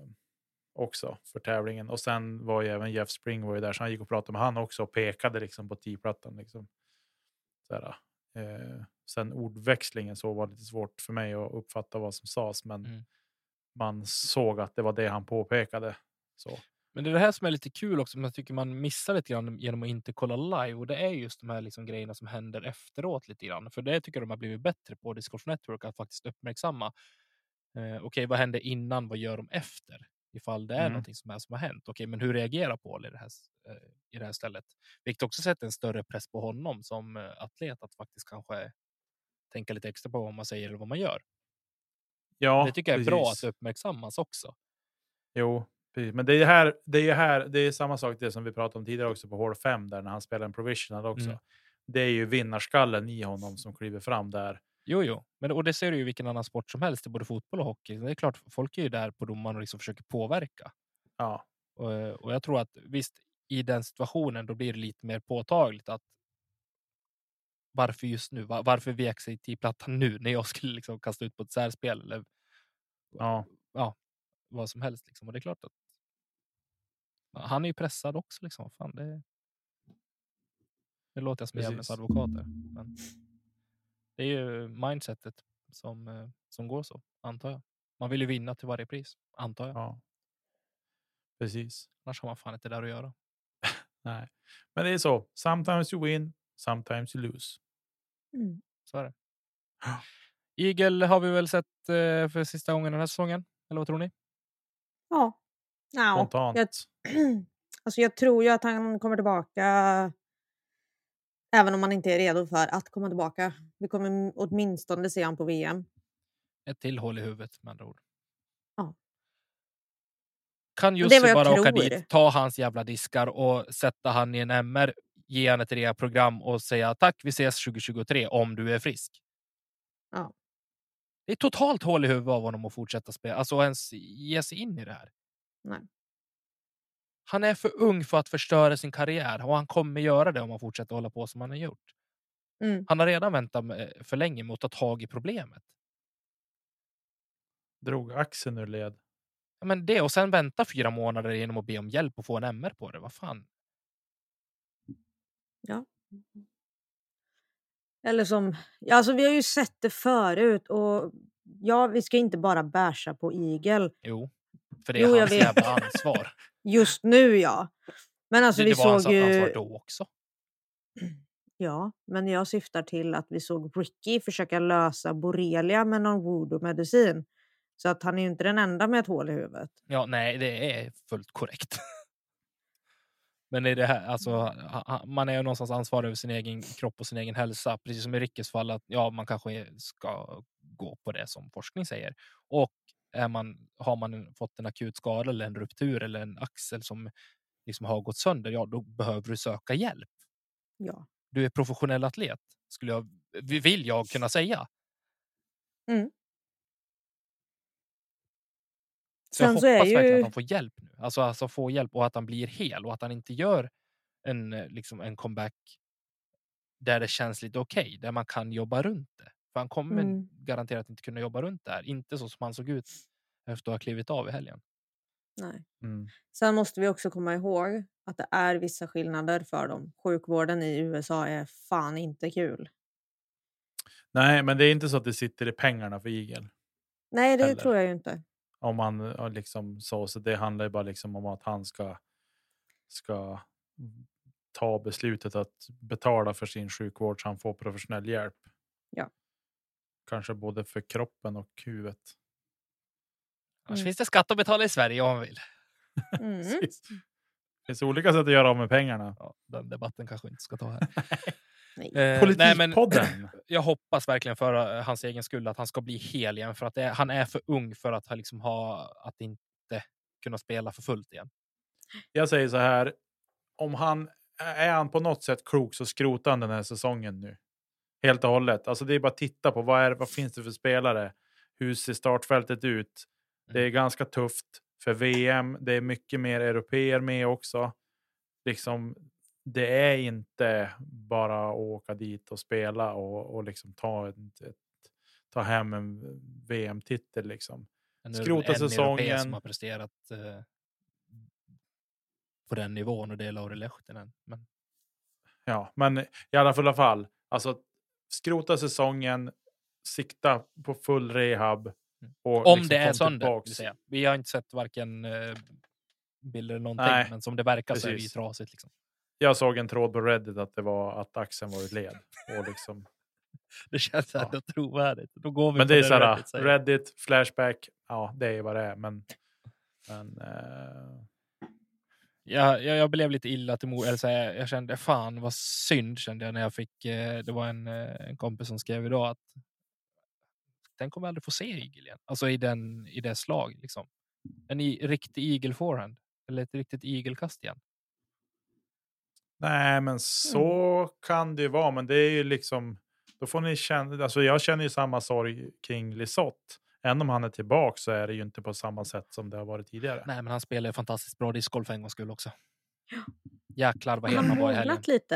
också för tävlingen. Och sen var ju även Jeff Spring var ju där. Så han gick och pratade med han också och pekade liksom på tee-plattan. Liksom. Sådär. Eh, sen ordväxlingen så var det lite svårt för mig att uppfatta vad som sades. Men Mm. man såg att det var det han påpekade. Så. Men det är det här som är lite kul också, men jag tycker man missar lite grann genom att inte kolla live. Och det är just de här liksom grejerna som händer efteråt lite grann. För det tycker jag de har blivit bättre på Disc Golf Network att faktiskt uppmärksamma. Eh, Okej, okay, vad hände innan? Vad gör de efter? Ifall det är Mm. någonting som, är som har hänt. Okej, okay, men hur reagerar Paul i det här, eh, i det här stället? Vilket också sätter en större press på honom som eh, atlet att faktiskt kanske tänka lite extra på vad man säger eller vad man gör. Ja, det tycker jag är precis. bra att det uppmärksammas också. Jo, precis. Men det är här, det är här, det är samma sak det som vi pratade om tidigare också på hål fem där när han spelar en provisional också. Mm. Det är ju vinnarskallen i honom som kliver fram där. Jo, jo. Men, och det ser du ju i vilken annan sport som helst, i både fotboll och hockey. Det är klart, folk är ju där på domaren och liksom försöker påverka. Ja. Och, och jag tror att visst, i den situationen då blir det lite mer påtagligt att varför just nu? Var, varför vek sig till plattan nu när jag skulle liksom kasta ut på ett särspel eller Ja. ja, vad som helst liksom. Och det är klart att han är ju pressad också liksom. Fan, det, det låter jag som djävulens advokater. Men det är ju mindsetet som, som går så, antar jag. Man vill ju vinna till varje pris, antar jag. Ja. Precis. Annars har man fan inte där att göra. Nej. Men det är så. Sometimes you win, sometimes you lose. Mm. Så är det. Eagle har vi väl sett eh, för sista gången den här säsongen? Eller vad tror ni? Ja. Ja. Spontant. Jag, alltså jag tror ju att han kommer tillbaka. Även om man inte är redo för att komma tillbaka. Vi kommer åtminstone se han på V M. Ett till hål i huvudet med andra ord. Ja. Kan Men det är vad Jussi jag bara åka tror. dit, ta hans jävla diskar och sätta han i en M R, ge han ett rea-program och säga tack, vi ses tjugo tjugotre om du är frisk. Ja. Det är totalt hål i huvudet av honom att fortsätta spela. Alltså ens ge sig in i det här. Nej. Han är för ung för att förstöra sin karriär och han kommer göra det om han fortsätter hålla på som han har gjort. Mm. Han har redan väntat för länge mot att ta tag i problemet. Drog axeln ur led. Men det och sen vänta fyra månader genom att be om hjälp och få en M R på det. Vad fan? Ja. Eller som, alltså vi har ju sett det förut och ja, vi ska inte bara bärsa på Eagle. Jo, för det är Jo, jag hans vet. jävla ansvar. Just nu, ja. Men alltså det, vi det var hans såg ju... ansvar då också. Ja, men jag syftar till att vi såg Ricky försöka lösa borrelia med någon voodoo-medicin. Så att han är ju inte den enda med ett hål i huvudet. Ja, nej, det är fullt korrekt. Men i det här, alltså, ha- ha- man är ju någonstans ansvarig över sin egen kropp och sin egen hälsa. Precis som i Rickes fall, att ja, man kanske ska gå på det som forskning säger. Och är man, har man en, fått en akut skada eller en ruptur eller en axel som liksom har gått sönder, ja, då behöver du söka hjälp. Ja. Du är professionell atlet, skulle jag, vill jag kunna säga. Mm. Så jag Sen hoppas så är verkligen ju... att han får hjälp nu. Alltså, alltså få hjälp och att han blir hel och att han inte gör en, liksom, en comeback där det känns lite okej, okay, där man kan jobba runt det. För han kommer Mm. garanterat inte kunna jobba runt det här. Inte så som han såg ut efter att ha klivit av i helgen. Nej. Mm. Sen måste vi också komma ihåg att det är vissa skillnader för dem. Sjukvården i U S A är fan inte kul. Nej, men det är inte så att det sitter i pengarna för Eagle. Nej, det Heller. tror jag ju inte. Om man ja, liksom så, så det handlar ju bara liksom om att han ska ska ta beslutet att betala för sin sjukvård så han får professionell hjälp. Ja. Kanske både för kroppen och huvudet. Annars Mm. finns det skatt att betala i Sverige om man vill. Mm. Precis. Det finns olika sätt att göra av med pengarna. Ja, den debatten kanske inte ska ta här. Nej. Eh, Politikpodden. nej, men jag hoppas verkligen för uh, hans egen skull att han ska bli hel igen. För att det är, han är för ung för att, ha, liksom, ha, att inte kunna spela för fullt igen. Jag säger så här. Om han är han på något sätt klok så skrotar han den här säsongen nu. Helt och hållet. Alltså det är bara att titta på vad, är, vad finns det för spelare. Hur ser startfältet ut? Det är ganska tufft för V M. Det är mycket mer europeer med också. Liksom, det är inte bara att åka dit och spela och, och liksom ta, ett, ett, ta hem en V M-titel. Liksom. Skrota en europé som säsongen. har presterat eh, på den nivån och det är Lauri Lehtinen. Men Ja, men i alla fall, fall alltså skrota säsongen, sikta på full rehab. Och om liksom det är kom sönder, tillbaks. vill säga. Vi har inte sett varken eh, bilder eller någonting, Nej, men som det verkar så är det ju precis. trasigt. Liksom. Jag såg en tråd på Reddit att det var att axeln var i led. Och liksom, Det känns Ja. ändå trovärdigt. Då går vi men på det är så här, Reddit säger. Reddit, Flashback, ja det är vad det är. Men, men eh, Jag, jag, jag blev lite illa till mod. Eller så här, jag kände fan vad synd kände jag när jag fick. Eh, det var en, eh, en kompis som skrev idag att den kommer aldrig få se Eagle igen. Alltså i, den, i det slag. Liksom. En i, riktig Eagle forehand. Eller ett riktigt Eagle-kast igen. nej, men så kan det ju vara. Men det är ju liksom, då får ni känna, alltså jag känner ju samma sorg kring Lisotte. Än om han är tillbaka så är det ju inte på samma sätt som det har varit tidigare. Nej, men han spelar fantastiskt bra discgolf för en gångs skull också. Jäklar vad Han het har han var i helgen. moglat lite.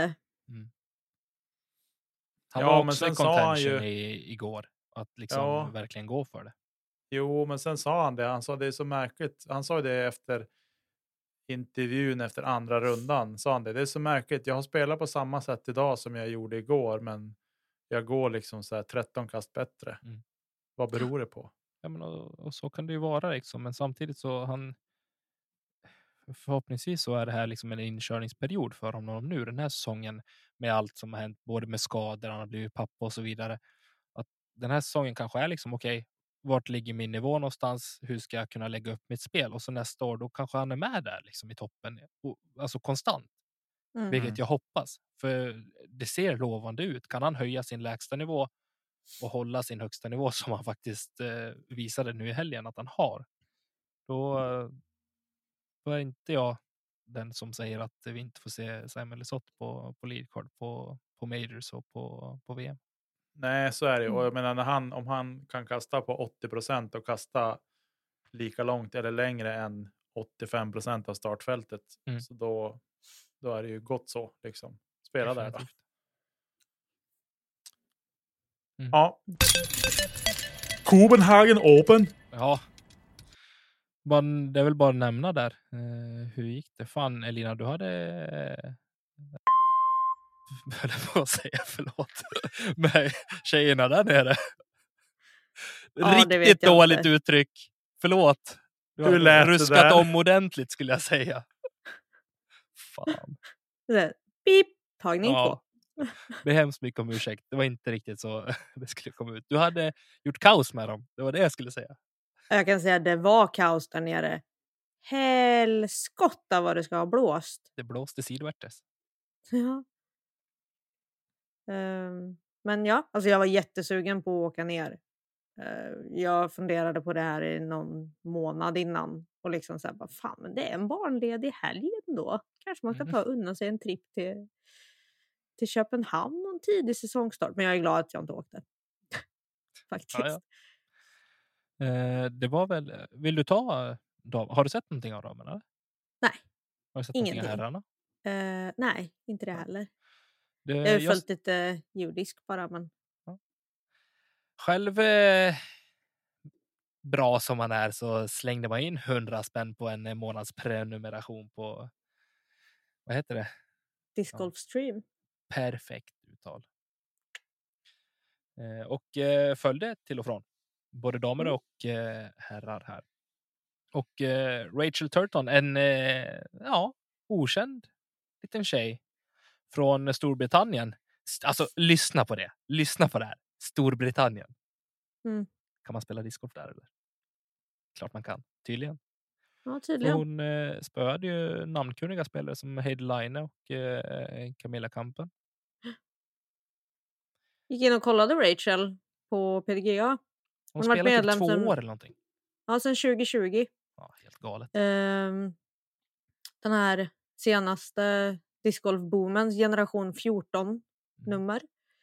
Han Ja, var men också i sen sa han contention ju- i, igår. Att liksom Ja. verkligen gå för det. Jo, men sen sa han det. Han sa det är så märkligt. Han sa det efter intervjun efter andra rundan. Sa han det. Det är så märkligt. Jag har spelat på samma sätt idag som jag gjorde igår. Men jag går liksom så här tretton kast bättre. Mm. Vad beror det på? Ja, men och, och så kan det ju vara liksom. Men samtidigt så han förhoppningsvis så är det här liksom en inkörningsperiod för honom nu den här säsongen med allt som har hänt, både med skador, han har blivit pappa och så vidare. Att den här säsongen kanske är liksom okej, okay, vart ligger min nivå någonstans? Hur ska jag kunna lägga upp mitt spel? Och så nästa år då kanske han är med där liksom i toppen, alltså konstant. Mm. Vilket jag hoppas, för det ser lovande ut. Kan han höja sin lägsta nivå och hålla sin högsta nivå som han faktiskt eh, visade nu i helgen att han har, då, då är inte jag den som säger att vi inte får se Samuel Lizotte på, på leadcard på, på Majors och på, på V M. Nej, så är det. Mm. Och jag menar, när han, om han kan kasta på åttio procent och kasta lika långt eller längre än åttiofem procent av startfältet, Mm. så då, då är det ju gott så. Liksom. Spela där då. Mm. Ja. Copenhagen Open. Ja. Man, det är väl bara att nämna där. Eh, hur gick det? Fan, Elina, du hade... Eh, jag höll på att säga förlåt. Med tjejerna där nere. Ja, Riktigt dåligt inte. Uttryck. Förlåt. Du hur lät har ruskat om ordentligt skulle jag säga. Fan. Pip, tagning ja. två. Det är hemskt mycket om ursäkt. Det var inte riktigt så det skulle komma ut. Du hade gjort kaos med dem. Det var det jag skulle säga. Jag kan säga att det var kaos där nere. Helskotta vad det ska ha blåst. Det blåste sidvärtes. Ja. Um, men ja, alltså jag var jättesugen på att åka ner. Uh, jag funderade på det här i någon månad innan. Och liksom så här, bara, fan, men det är en barnledig helg då. Kanske man kan ta undan sig en trip till, till Köpenhamn någon tidig säsongstart. Men jag är glad att jag inte åkte. Faktiskt. Ja, ja. Eh, det var väl, vill du ta dam? Har du sett någonting av damerna? Eller? Nej. Har du sett ingenting. Någonting av herrarna? Uh, nej, inte det heller. Det, jag har jag... följt lite judisk bara. Men... Ja. Själv eh, bra som man är så slängde man in hundra spänn på en månads prenumeration på, vad heter det? Disc Golf Stream. Perfekt uttal. Eh, och eh, följde till och från. Både damer Mm. och eh, herrar här. Och eh, Rachel Turton, en eh, ja, okänd liten tjej från Storbritannien. Alltså, lyssna på det. Lyssna på det här. Storbritannien. Mm. Kan man spela discgolf där eller? Klart man kan. Tydligen. Ja, tydligen. Hon eh, spöade ju namnkunniga spelare som Heidi Line och eh, Camilla Kampen. Gick in och kollade Rachel på P D G A. Hon, Hon spelade medlem typ två sen... år eller någonting. Ja, sen tjugo tjugo. Ja, helt galet. Um, den här senaste discgolf-boomens generation fjorton mm. nummer.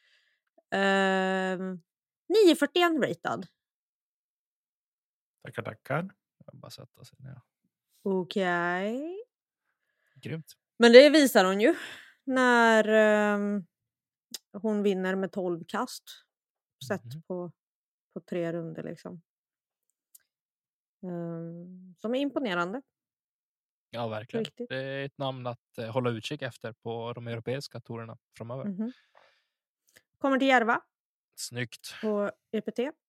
Um, nio fyrtioen ratad. Tackar, tackar. Jag bara sätta sig ner. Okej. Okay. Grymt. Men det visar hon ju när um, hon vinner med tolv kast. Sett mm. på, på tre runder liksom. Um, som är imponerande. Ja, verkligen. Riktigt. Det är ett namn att eh, hålla utkik efter på de europeiska tourerna framöver. Mm-hmm. Kommer till Järva. Snyggt. På E P T.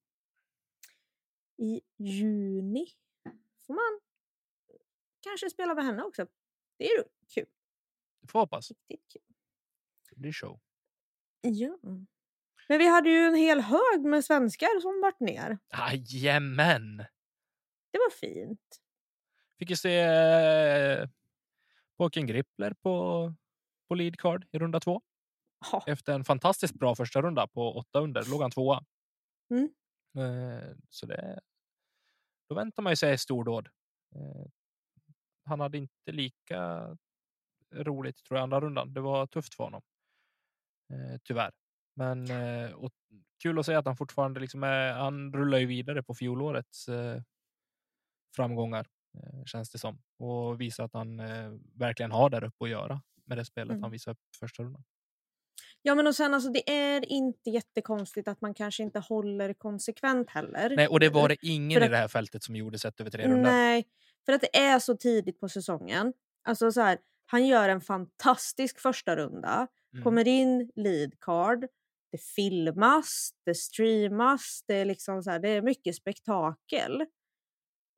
I juni. Får man kanske spela med henne också. Det är ju kul. Det får hoppas. Riktigt kul. Det blir show. Ja. Men vi hade ju en hel hög med svenskar som vart ner. Jajamän. Det var fint. Fick ju se eh, Påken Grippler på, på leadcard i runda två. Ha. Efter en fantastiskt bra första runda på åtta under låg han tvåa. Mm. Eh, så det, då väntar man ju sig stordåd. Eh, han hade inte lika roligt tror jag andra rundan. Det var tufft för honom. Eh, tyvärr. Men eh, och kul att se att han fortfarande liksom är, han rullar ju vidare på fjolårets eh, framgångar. Eh, känns det som. Och visar att han eh, verkligen har där uppe att göra med det spelet mm. han visar upp första rundan. Ja, men och sen alltså det är inte jättekonstigt att man kanske inte håller konsekvent heller. Nej, och det var det ingen för i det här fältet som gjorde sett över tre runder. Nej, för att det är så tidigt på säsongen. Alltså så här, han gör en fantastisk första runda. Mm. Kommer in lead card. Det filmas, det streamas, det är liksom så här, det är mycket spektakel.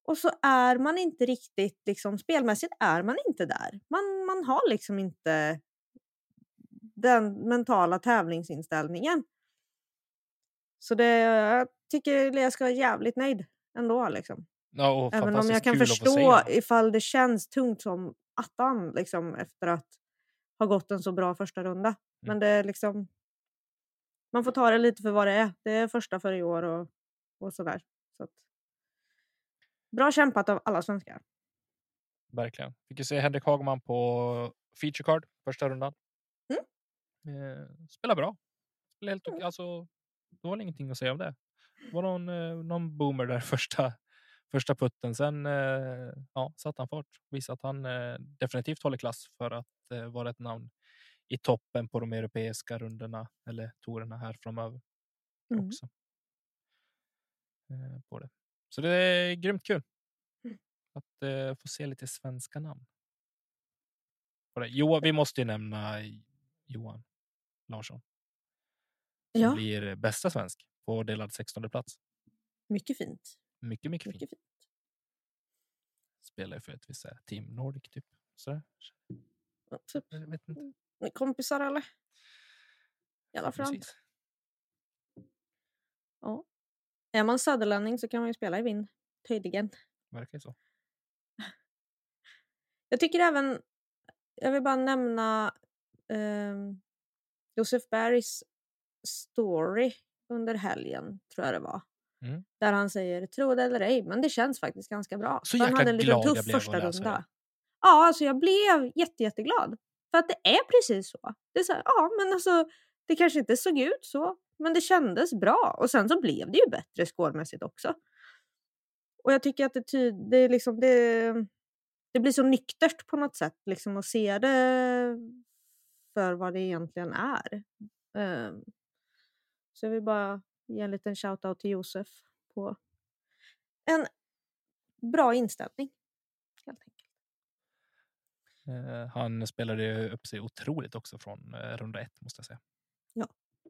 Och så är man inte riktigt, liksom, spelmässigt är man inte där. Man, man har liksom inte den mentala tävlingsinställningen. Så det, jag tycker jag ska vara jävligt nöjd ändå. Liksom. Ja, och Även om jag fantastiskt kan kul att få förstå se. ifall det känns tungt som attan liksom, efter att ha gått en så bra första runda. Men det är liksom, man får ta det lite för vad det är. Det är första för i år och, och sådär. Så att, bra kämpat av alla svenskar. Verkligen. Fick ju se Henrik Hagman på feature card första rundan. Mm. Eh, spelar bra. Spelar helt Mm. okej. Alltså, det var väl ingenting att säga om det. Det var någon, eh, någon boomer där första, första putten. Sen eh, ja, satt han fart. Visade att han eh, definitivt håller klass för att eh, vara ett namn i toppen på de europeiska rundorna eller torerna här framöver. Mm. Också. Eh, på det. Så det är grymt kul. Mm. Att eh, få se lite svenska namn. På det. Jo, vi måste ju nämna Johan Larsson. Som Ja. blir bästa svensk på delad sextonde plats. Mycket fint. Mycket, mycket, Mycket fint. fint. Spelar för ett visst Team Nordic typ. Så Ja, typ. jag vet inte. Ni kompisar eller? I alla fall. Precis. Ja. Är man söderlänning så kan man ju spela i vind. Tydligen. Verkar så. Jag tycker även, jag vill bara nämna eh, Josef Bergs story under helgen, tror jag det var. Mm. Där han säger, tro det eller ej, men det känns faktiskt ganska bra. Så han jäkla hade en liten glad jag tuff blev första att läsa runda. det. Ja, alltså jag blev jätte, jätteglad. För att det är precis så. Det är så här, ja, men alltså det kanske inte såg ut så, men det kändes bra. Och sen så blev det ju bättre skårmässigt också. Och jag tycker att det, ty- det, är liksom, det, det blir så nyktert på något sätt. Liksom, att se det för vad det egentligen är. Um, så jag vill bara ge en liten shoutout till Josef på en bra inställning. Helt enkelt. Eh, han spelade ju upp sig otroligt också från eh, runda ett, måste jag säga. Ja.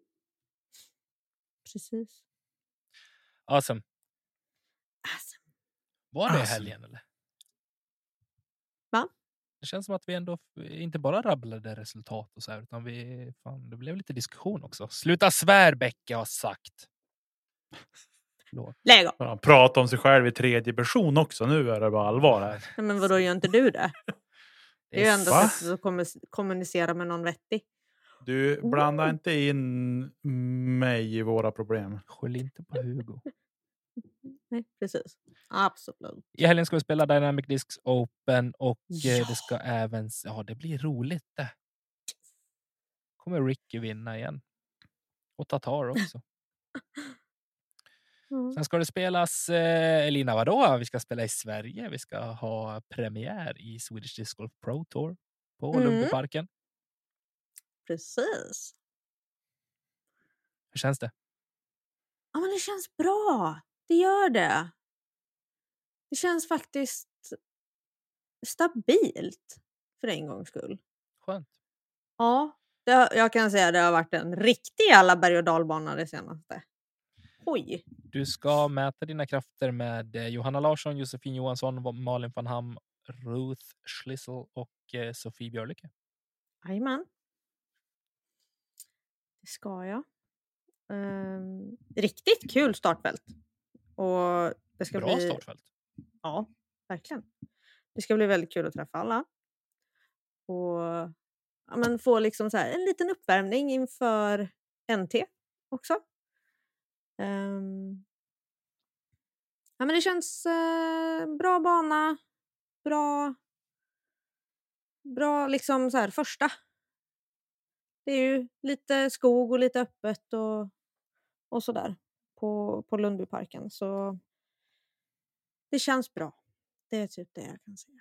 Precis. Awesome. Awesome. Var det Awesome. helgen eller? Va? Det känns som att vi ändå f- inte bara rabblade resultat och så här, utan vi, fan, det blev lite diskussion också. Sluta svär, Becka har sagt. Förlåt. Lägg av. Han pratar om sig själv i tredje person också. Nu är det bara allvar här. Nej, men vadå, gör inte du det? Det är ju ändå Va? sättet att kommu- kommunicera med någon vettig. Du blandar inte in mig i våra problem. Skyll inte på Hugo. Nej, precis. Absolut. I helgen ska vi spela Dynamic Discs Open och eh, Ja. det ska även, ja det blir roligt det. Kommer Ricky vinna igen. Och Tatar också. Mm. Sen ska det spelas, eh, Elina vadå? Vi ska spela i Sverige. Vi ska ha premiär i Swedish Disc Golf Pro Tour på Mm. Lundbyparken. Precis. Hur känns det? Ja, men det känns bra. Det gör det. Det känns faktiskt stabilt för en gångs skull. Skönt. Ja, det, har- jag kan säga att det har varit en riktig alla berg- och dalbana det senaste. Oj. Du ska mäta dina krafter med eh, Johanna Larsson, Josefin Johansson, Malin van Ham, Ruth Schlissel och eh, Sofie Björlycke. Jajamän. Det ska jag. Ehm, riktigt kul startfält. Och det ska Bra bli... startfält. Ja, verkligen. Det ska bli väldigt kul att träffa alla. Och ja, men få liksom så här en liten uppvärmning inför N T också. Ehm, ja, men det känns eh, bra bana. Bra... Bra liksom så här första. Det är ju lite skog och lite öppet och, och sådär på, på Lundbyparken. Så det känns bra. Det är typ det jag kan säga.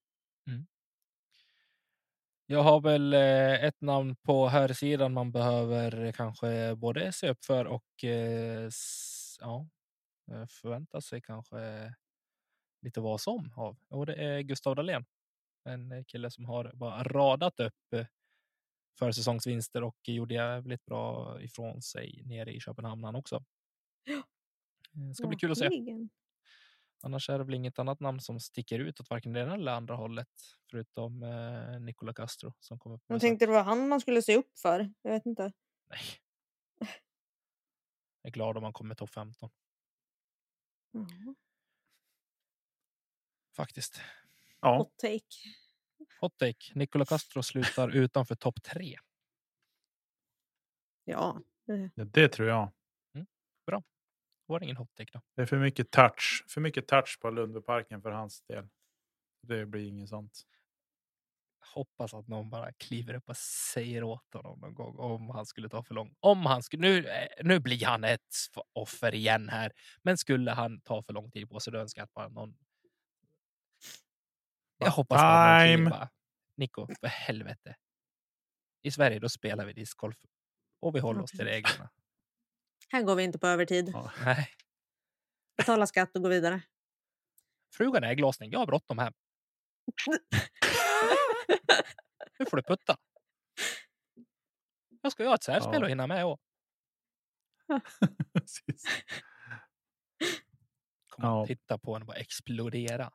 Jag har väl eh, ett namn på här sidan man behöver kanske både se upp för och eh, s- ja, eh, förvänta sig kanske lite vad som av. Och det är Gustav Dahlén. En eh, kille som har bara radat upp eh, försäsongsvinster och gjorde jävligt bra ifrån sig nere i Köpenhamn han också. Ja. Det ska bli kul att se. Verkligen. Annars är det väl inget annat namn som sticker ut åt varken det ena eller andra hållet. Förutom eh, Nicola Castro som kommer på Jag besök. tänkte det var han man skulle se upp för. Jag vet inte. Nej. Jag är glad om han kommer topp femton. Mm. Faktiskt. Ja. Hot take. Hot take. Nicola Castro slutar utanför topp tre. Ja. det- Ja, det tror jag. Var det ingen hot take då? Det är för mycket touch. För mycket touch på Lundbyparken för hans del. Det blir inget sånt. Hoppas att någon bara kliver upp och säger åt honom någon gång om han skulle ta för lång. Om han skulle, nu, eh, nu blir han ett offer igen här. Men skulle han ta för lång tid på sig, då önskar jag att bara någon... Jag hoppas att någon kliver Time. bara. Nico, för helvete. I Sverige då spelar vi discgolf. Och vi håller Ja, oss till precis. reglerna. Här går vi inte på övertid. Ja. Nej. Betala skatt och gå vidare. Frugan är ägglossning. Jag har bråttom hem. Nu får du putta. Jag ska göra ett särspel Ja. och hinna med. Och Precis. kommer Ja. att titta på henne och bara explodera.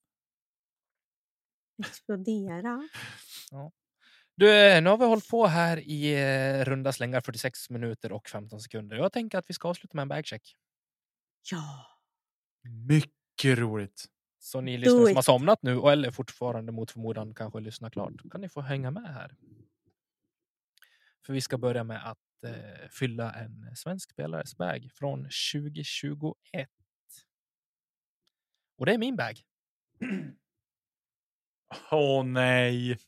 Explodera. Du, nu har vi hållit på här i eh, runda slängar fyrtiosex minuter och femton sekunder. Jag tänker att vi ska avsluta med en bagcheck. Ja. Mycket roligt. Så ni Do lyssnare som it. har somnat nu och eller fortfarande mot förmodan kanske lyssnar klart, kan ni få hänga med här. För vi ska börja med att eh, fylla en svensk spelares bag från tjugo tjugoett. Och det är min bag. Åh nej.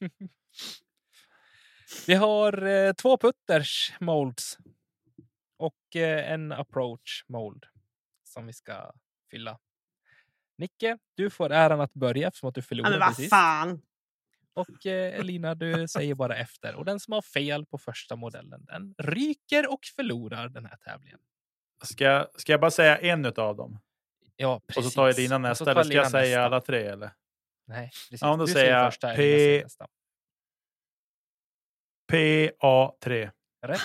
Vi har eh, två putters molds och eh, en approach mold som vi ska fylla. Nicke, du får äran att börja eftersom att du Ja, förlorade men vad precis. fan. Och eh, Elina, du säger bara efter. Och den som har fel på första modellen, den ryker och förlorar den här tävlingen. Ska, jag- ska jag bara säga en av dem? Ja, precis. Och så tar jag Elina Och så nästa. tar Eller ska jag Elina säga nästa. alla tre? Eller? Nej, precis. Ja, då du säger jag första, P- Elina säger nästa. P A tre. Rätt.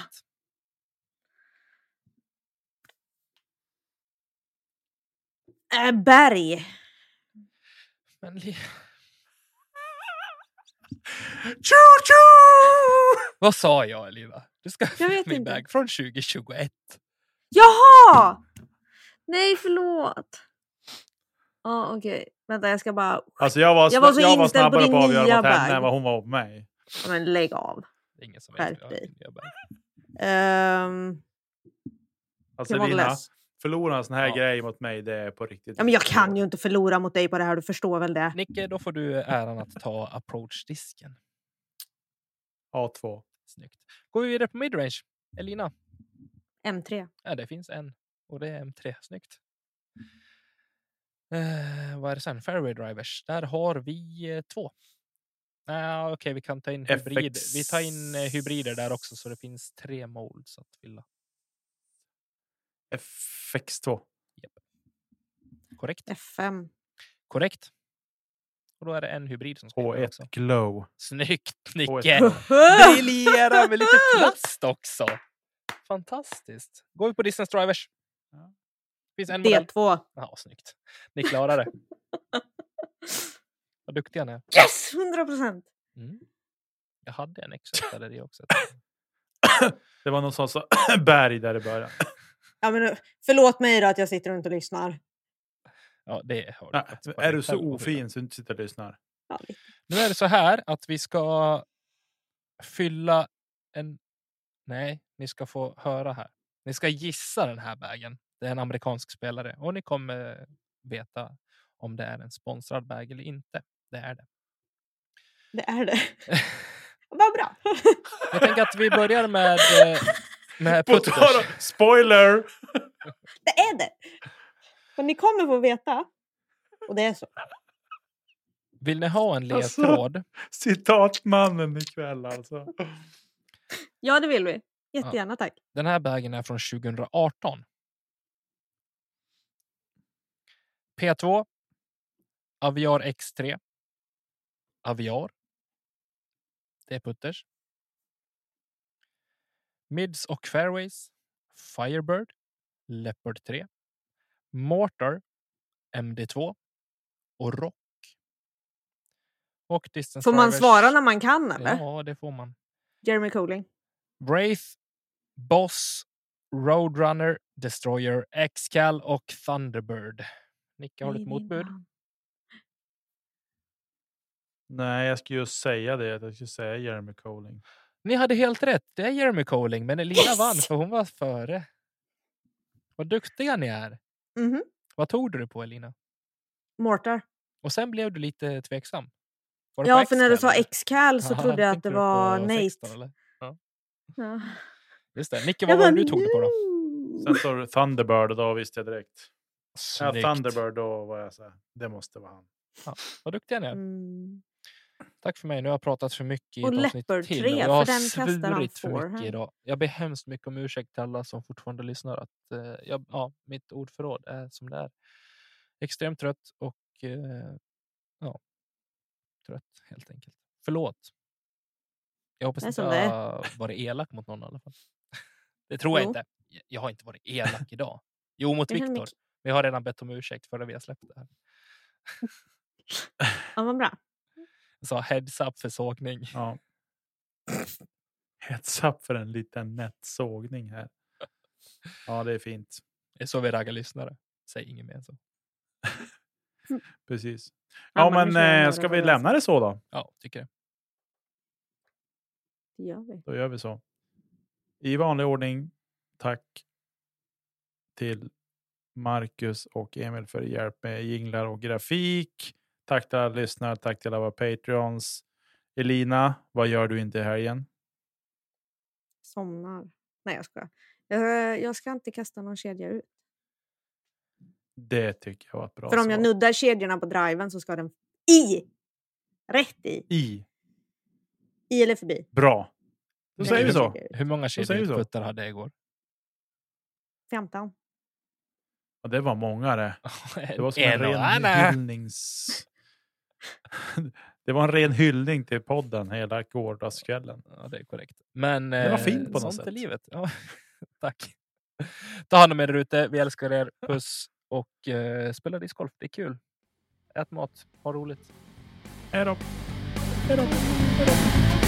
Äh, berg. Men li- Tju, tju! vad sa jag, Elina? Du ska Jag vet min inte. bag från tjugo tjugoett. Jaha! Nej, förlåt. Ja, okej. Vänta, jag ska bara... Alltså jag var, Jag var så jag var inställd på snabbare din på att avgöra nya mot henne bag. än vad hon var på mig. Ja, men lägg av. Det är ingen som Skärp vet. dig. Jag bag. Ehm, Alltså jag var Elina, less. förlora en sån här Ja. grej mot mig, det är på riktigt. Ja, men jag kan ju inte förlora mot dig på det här, du förstår väl det? Nicke, då får du äran att ta approach-disken. A två. Snyggt. Går vi vidare på midrange. Elina. M tre. Ja, det finns en. Och det är M tre. Snyggt. Eh, vad är det sen? Fairway drivers. Där har vi eh, två. Ah, Okej, okay, vi kan ta in F X. hybrid. Vi tar in eh, hybrider där också, så det finns tre molds att fylla. F X två. Korrekt. F fem. Korrekt. Och då är det en hybrid som ska in H där ett också. glow. Snyggt, H Nicke! ett. Briljera med lite plast också. Fantastiskt. Går vi på distance drivers. Finns en D modell. två. Ja, snyggt. Ni klarar det. Vad duktiga ni är. Yes! hundra procent. Mm. Jag hade en extra där i också. Det var någon som sa berg där i början. Ja, men förlåt mig då att jag sitter runt och lyssnar. Ja, det har du Nej, faktiskt på är dig du så själv att skylla. ofin så du inte sitter och lyssnar? Ja, lite. Nu är det så här att vi ska fylla en... Nej, ni ska få höra här. Ni ska gissa den här bagen. Det är en amerikansk spelare. Och ni kommer veta om det är en sponsrad bag eller inte. Det är det. Det är det. Vad bra. Jag tänker att vi börjar med, eh, med På putters. tal om- Spoiler! Det är det. Och ni kommer få veta. Och det är så. Vill ni ha en Alltså. ledtråd? Citatmannen ikväll alltså. Ja, det vill vi. Jättegärna, tack. Den här bagen är från tjugo arton. P två. Aviar X tre. Aviar. Det är putters. Mids och fairways. Firebird. Leopard tre. Mortar. M D två och Rock. Och Distance Får man Drivers- svara när man kan eller? Ja, det får man. Jeremy Colling. Wraith, Boss, Roadrunner, Destroyer, X-Cal och Thunderbird. Nicka, har du ett motbud? Nej, jag skulle ju säga det. Jag skulle säga Jeremy Colling. Ni hade helt rätt. Det är Jeremy Colling, men Elina Yes! vann för hon var före. Vad duktiga ni är. Mhm. Vad tog du på, Elina? Mortar. Och sen blev du lite tveksam. Var det Ja, på för när du X-Cal, sa eller? X-Cal så Ja, trodde jag att tänkte det du på var Nate. sexton, eller? Ja. Just det. Nicke, Jag vad var bara, det du tog det på då? "No." Sen står det Thunderbird och då visste jag direkt. Ja, Snyggt. Thunderbird, då var jag så här. Det måste vara han. Vad duktiga ni är. Mm. Tack för mig. Nu har jag pratat för mycket i Och ett avsnitt Leopard till. tre, och jag har för den kastar han svurit för får mycket här. idag. Jag ber hemskt mycket om ursäkt till alla som fortfarande lyssnar. Att, eh, jag, ja, mitt ordförråd är som det är. Extremt trött och eh, ja, trött helt enkelt. Förlåt. Jag hoppas Det är inte som jag det är. har varit elak mot någon i alla fall. Det tror jag Jo. inte. Jag har inte varit elak idag. Jo, mot Jag känner Viktor. mycket- Vi har redan bett om ursäkt för att vi har släppt det här. Ja, vad bra. Jag sa heads up för sågning. Ja. Heads up för en liten nätt sågning här. Ja, det är fint. Det är så vi raggar lyssnare. Säg inget mer än så. Precis. Ja, Ja, men men nu kör jag eh, några ska vi frågor. lämna det så då? Ja, tycker det. Det gör vi. Då gör vi så. I vanlig ordning, tack till Marcus och Emil för hjälp med jinglar och grafik. Tack till alla lyssnare, tack till alla våra Patreons. Elina, vad gör du inte i helgen? Somnar. Nej, jag ska. Jag, jag ska inte kasta någon kedja ut. Det tycker jag var ett bra För om jag svar. nuddar kedjorna på driven så ska den i. Rätt i. I. I eller förbi. Bra. Då Nej, säger vi jag så. tycker- Hur många säger vi så. kedjeputtar hade jag igår? femton. Ja, det var många det. Det var som En en och ren annan. hyllnings... Det var en ren hyllning till podden hela gårdagskvällen. Ja, det är korrekt. Men Det var eh, fint på något sånt sätt. är livet. Ja, tack. Ta hand om er där ute. Vi älskar er. Puss. Och eh, spela discgolf. Det är kul. Ät mat. Ha roligt. Hej då. Hej då. Hej då.